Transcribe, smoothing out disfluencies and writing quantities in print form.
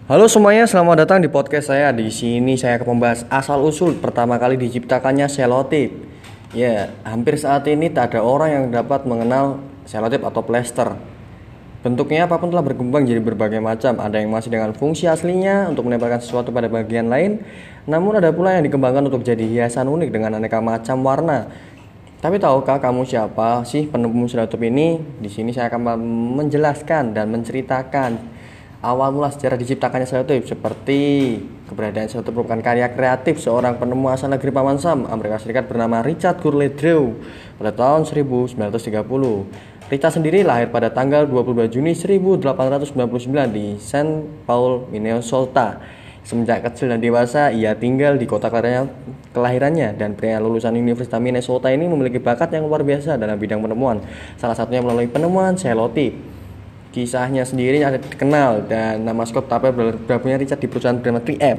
Halo semuanya, selamat datang di podcast saya. Di sini saya akan membahas asal-usul pertama kali diciptakannya selotip. Ya, hampir saat ini tak ada orang yang dapat mengenal selotip atau plester. Bentuknya apapun telah berkembang jadi berbagai macam. Ada yang masih dengan fungsi aslinya untuk menempelkan sesuatu pada bagian lain, namun ada pula yang dikembangkan untuk jadi hiasan unik dengan aneka macam warna. Tapi tahukah kamu siapa sih penemu selotip ini? Di sini saya akan menjelaskan dan menceritakan awal mula sejarah diciptakannya selotip, seperti keberadaan selotip merupakan karya kreatif seorang penemu asal negeri Paman Sam, Amerika Serikat bernama Richard Gurley Drew pada tahun 1930. Richard sendiri lahir pada tanggal 22 Juni 1899 di Saint Paul, Minnesota. Semenjak kecil dan dewasa, ia tinggal di kota kelahirannya, dan pria lulusan Universitas Minnesota ini memiliki bakat yang luar biasa dalam bidang penemuan. Salah satunya melalui penemuan selotip. Kisahnya sendiri ada dikenal dan nama Scott Tappert bergabungnya Richard di perusahaan bernama 3M.